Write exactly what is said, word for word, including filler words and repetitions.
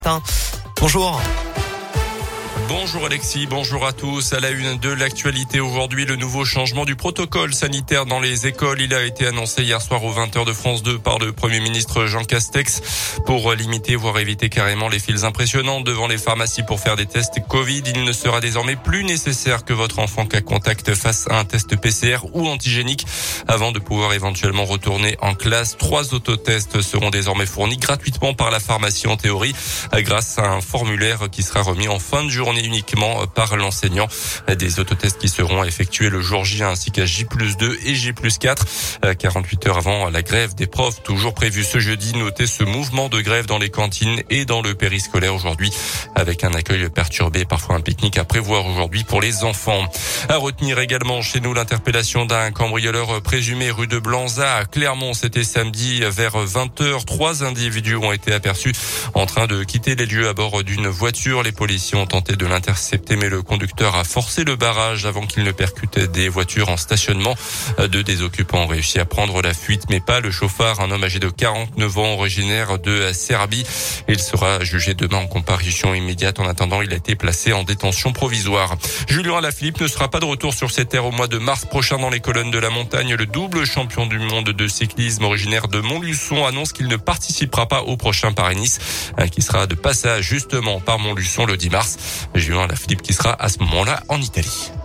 Bonjour. Bonjour Alexis, bonjour à tous. À la une de l'actualité aujourd'hui, le nouveau changement du protocole sanitaire dans les écoles. Il a été annoncé hier soir aux vingt heures de France deux par le Premier ministre Jean Castex pour limiter, voire éviter carrément les files impressionnantes devant les pharmacies pour faire des tests Covid. Il ne sera désormais plus nécessaire que votre enfant cas contact fasse un test P C R ou antigénique avant de pouvoir éventuellement retourner en classe. Trois autotests seront désormais fournis gratuitement par la pharmacie en théorie grâce à un formulaire qui sera remis en fin de journée uniquement par l'enseignant. Des autotests qui seront effectués le jour J ainsi qu'à J plus deux et J plus quatre, quarante-huit heures avant la grève des profs, toujours prévue ce jeudi. Notez ce mouvement de grève dans les cantines et dans le périscolaire aujourd'hui, avec un accueil perturbé, parfois un pique-nique à prévoir aujourd'hui pour les enfants. À retenir également chez nous l'interpellation d'un cambrioleur présumé rue de Blanza à Clermont. C'était samedi vers vingt heures. Trois individus ont été aperçus en train de quitter les lieux à bord d'une voiture. Les policiers ont tenté de l'intercepter, mais le conducteur a forcé le barrage avant qu'il ne percute des voitures en stationnement. Deux des occupants ont réussi à prendre la fuite, mais pas le chauffard, un homme âgé de quarante-neuf ans, originaire de Serbie. Il sera jugé demain en comparution immédiate. En attendant, il a été placé en détention provisoire. Julien Alaphilippe ne sera pas de retour sur ses terres au mois de mars prochain dans les colonnes de la montagne. Le double champion du monde de cyclisme originaire de Montluçon annonce qu'il ne participera pas au prochain Paris-Nice, qui sera de passage justement par Montluçon le dix mars. Julien Alaphilippe qui sera à ce moment-là en Italie.